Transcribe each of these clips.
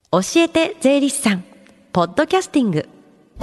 教えて税理士さんポッドキャスティング。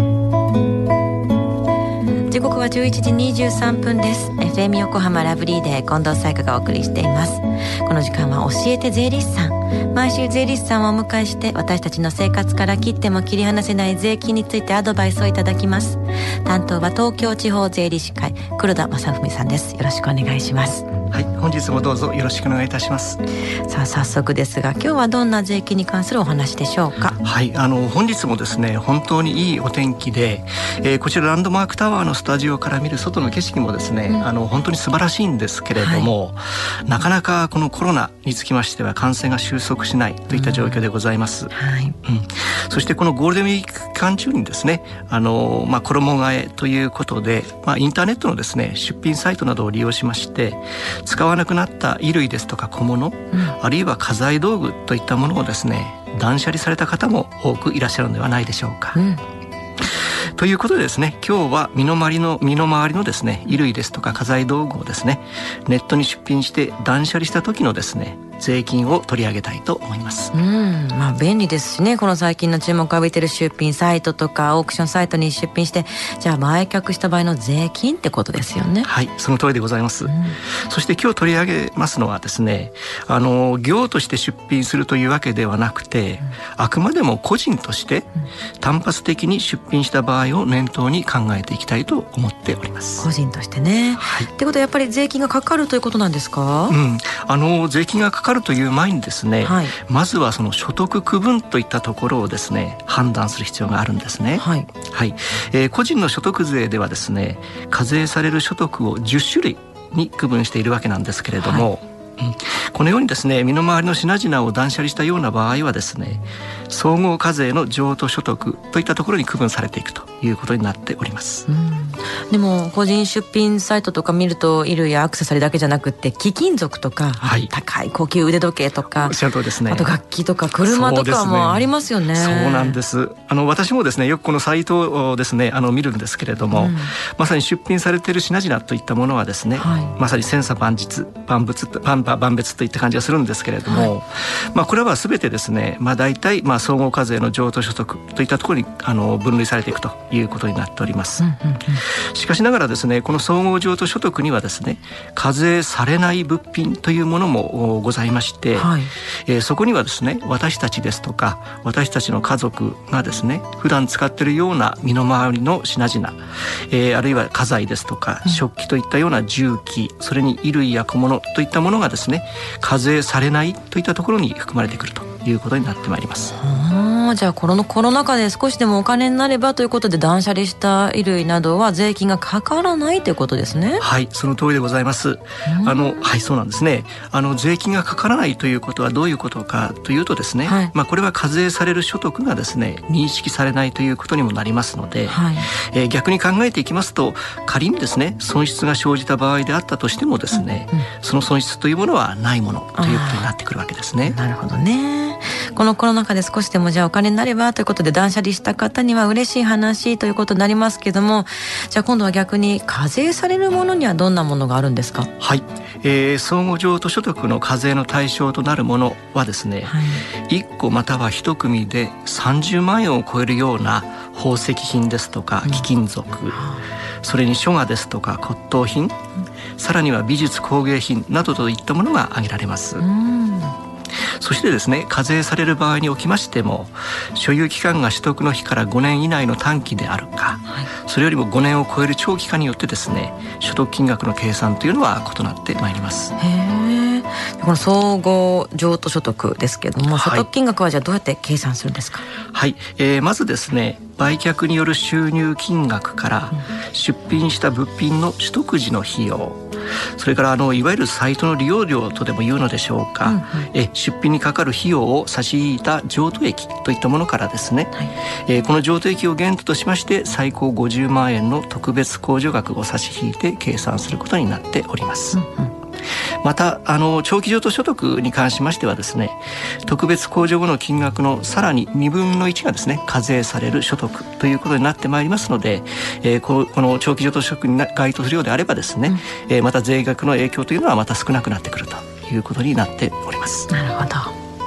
時刻は11時23分です。 FM 横浜ラブリーで近藤紗友香がお送りしています。この時間は教えて税理士さん、毎週税理士さんをお迎えして私たちの生活から切っても切り離せない税金についてアドバイスをいただきます。担当は東京地方税理士会黒田正文さんです。よろしくお願いします。 はい、本日もどうぞよろしくお願いいたします。 さあ早速ですが、今日はどんな税金に関するお話でしょうか。 はい、本日もですね本当にいいお天気で、こちらランドマークタワーのスタジオから見る外の景色もですね、本当に素晴らしいんですけれども、なかなかこのコロナにつきましては感染が収束しないといった状況でございます。そしてこのゴールデンウィーク期間中にですね衣替えということで、インターネットのですね出品サイトなどを利用しまして使わなくなった衣類ですとか小物、あるいは家財道具といったものをですね断捨離された方も多くいらっしゃるのではないでしょうか。ということでですね、今日は身の回りのですね衣類ですとか家財道具をですねネットに出品して断捨離した時のですね税金を取り上げたいと思います。 便利ですしね、この最近の注目を浴びている出品サイトとかオークションサイトに出品して、じゃあ売却した場合の税金ってことですよね。 はい、その通りでございます。そして今日取り上げますのはですね業として出品するというわけではなくて、あくまでも個人として単発的に出品した場合を念頭に考えていきたいと思っております。 個人としてね、ってことはやっぱり税金がかかるということなんですか。 税金がかかるという前にですね、まずはその所得区分といったところをですね判断する必要があるんですね。個人の所得税ではですね課税される所得を10種類に区分しているわけなんですけれども、このようにですね身の回りの品々を断捨離したような場合はですね総合課税の譲渡所得といったところに区分されていくということになっております。 でも個人出品サイトとか見ると衣類やアクセサリーだけじゃなくって貴金属とか、高い高級腕時計とか、 おっしゃるとおりですね、 あと楽器とか車とかもありますよね。 そうなんです。私もですねよくこのサイトをですね見るんですけれども、まさに出品されている品々といったものはですね、まさに千差万別といった感じがするんですけれども、これは全てですね大体総合課税の譲渡所得といったところに分類されていくということになっております。しかしながらですねこの総合譲渡所得にはですね課税されない物品というものもございまして、そこにはですね私たちですとか私たちの家族がですね普段使っているような身の回りの品々、あるいは家財ですとか食器といったような重機、それに衣類や小物といったものがですね課税されないといったところに含まれてくるということになってまいります。 じゃあこのコロナ禍で少しでもお金になればということで断捨離した衣類などは税金がかからないということですね。 はい、その通りでございます。そうなんですね。税金がかからないということはどういうことかというとですね、これは課税される所得がですね認識されないということにもなりますので、逆に考えていきますと、仮にですね損失が生じた場合であったとしてもですね、その損失というものはないものということになってくるわけですね。 なるほどね。このコロナ禍で少しでもじゃあお金になればということで断捨離した方には嬉しい話ということになりますけども、じゃあ今度は逆に課税されるものにはどんなものがあるんですか。 総合譲渡所得の課税の対象となるものはですね、1個または1組で30万円を超えるような宝石品ですとか貴金属、それに書画ですとか骨董品、さらには美術工芸品などといったものが挙げられます。そしてですね課税される場合におきましても、所有期間が取得の日から5年以内の短期であるか、それよりも5年を超える長期化によってですね所得金額の計算というのは異なってまいります。 この総合譲渡所得ですけども、所得金額はじゃあどうやって計算するんですか。 まずですね売却による収入金額から出品した物品の取得時の費用、それからいわゆるサイトの利用料とでも言うのでしょうか、出品にかかる費用を差し引いた譲渡益といったものからですね、この譲渡益を限度としまして最高50万円の特別控除額を差し引いて計算することになっております。また長期譲渡所得に関しましてはですね特別控除後の金額のさらに2分の1がですね課税される所得ということになってまいりますので、この長期譲渡所得に該当するようであればですね、また税額の影響というのはまた少なくなってくるということになっております。 なるほど。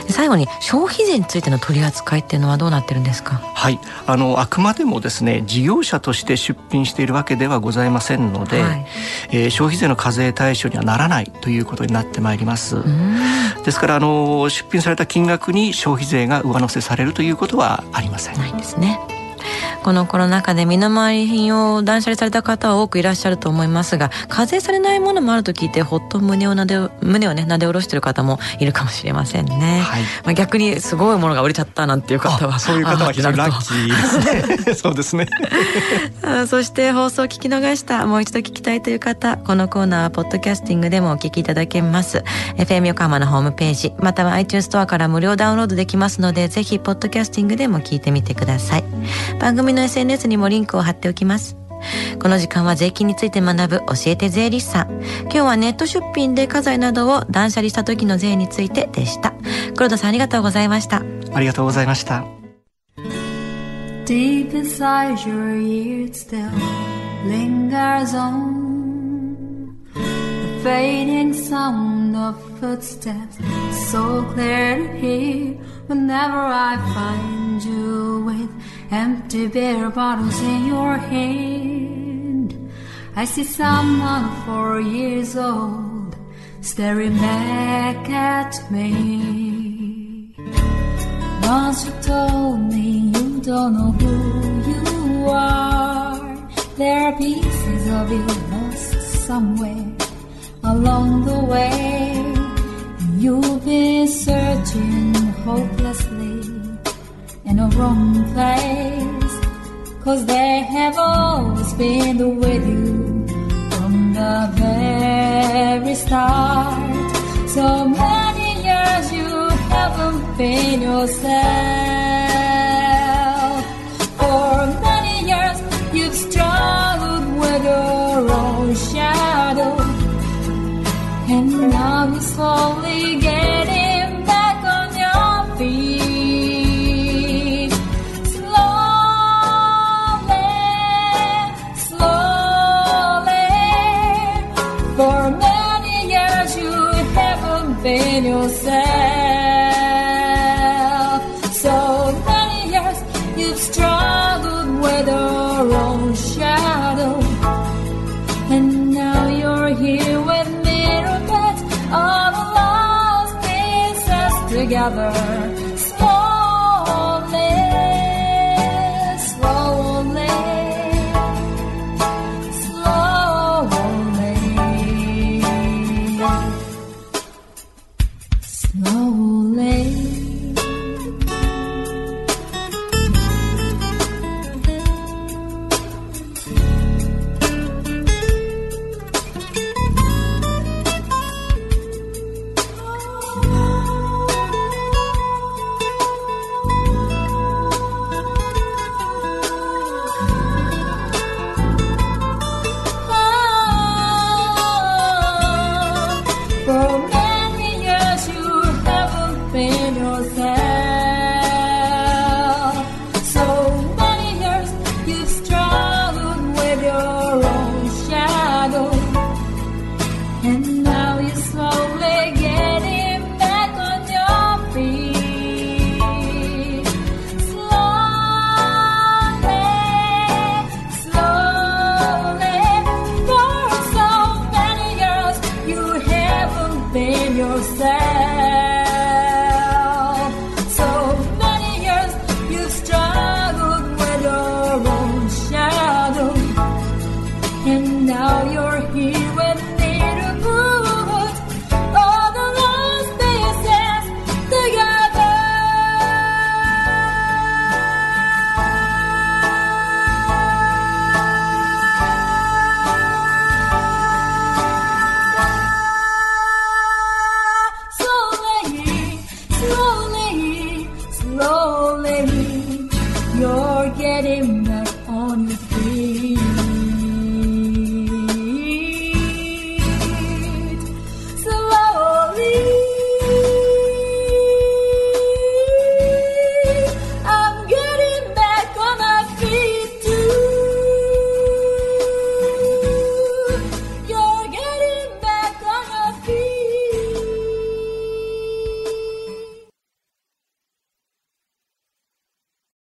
最後に消費税についての取り扱いっていうのはどうなってるんですか？ はい、あくまでもですね、事業者として出品しているわけではございませんので、消費税の課税対象にはならないということになってまいります。ですから出品された金額に消費税が上乗せされるということはありません。 ないんですね。このコロナ禍で身の回り品を断捨離された方は多くいらっしゃると思いますが、課税されないものもあると聞いてほっと胸をねなで下ろしている方もいるかもしれませんね。逆にすごいものが売れちゃったなんていう方は、 そういう方は非常にラッキーですね。そうですね。 そして放送を聞き逃した、もう一度聞きたいという方、このコーナーはポッドキャスティングでもお聞きいただけます。 FM 横浜のホームページまたは iTunes ストアから無料ダウンロードできますので、ぜひポッドキャスティングでも聞いてみてください。番組の SNS にもリンクを貼っておきます。この時間は税金について学ぶ教えて税理士さん。今日はネット出品で家財などを断捨離した時の税についてでした。黒田さん、ありがとうございました。 ありがとうございました。 Deep inside your ear it still lingers on the fading sound of footsteps, so clear to hear whenever I find you with empty beer bottles in your hand. I see someone 4 years old staring back at me. Once you told me you don't know who you are, there are pieces of you lost somewhere along the way. You've been searching hopelessly in a wrong place, 'cause they have always been with you from the very start. So many years you haven't been yourself. For many years you've struggled with your own shadow, and now you're slowly getting back on your feet. Slowly, slowly. For many years you haven't been yourself. So many years you've struggled with your own shadow, and now you're here with me, all the lost pieces together. Slowly, slowly, slowly, slowly. Slowly, you're getting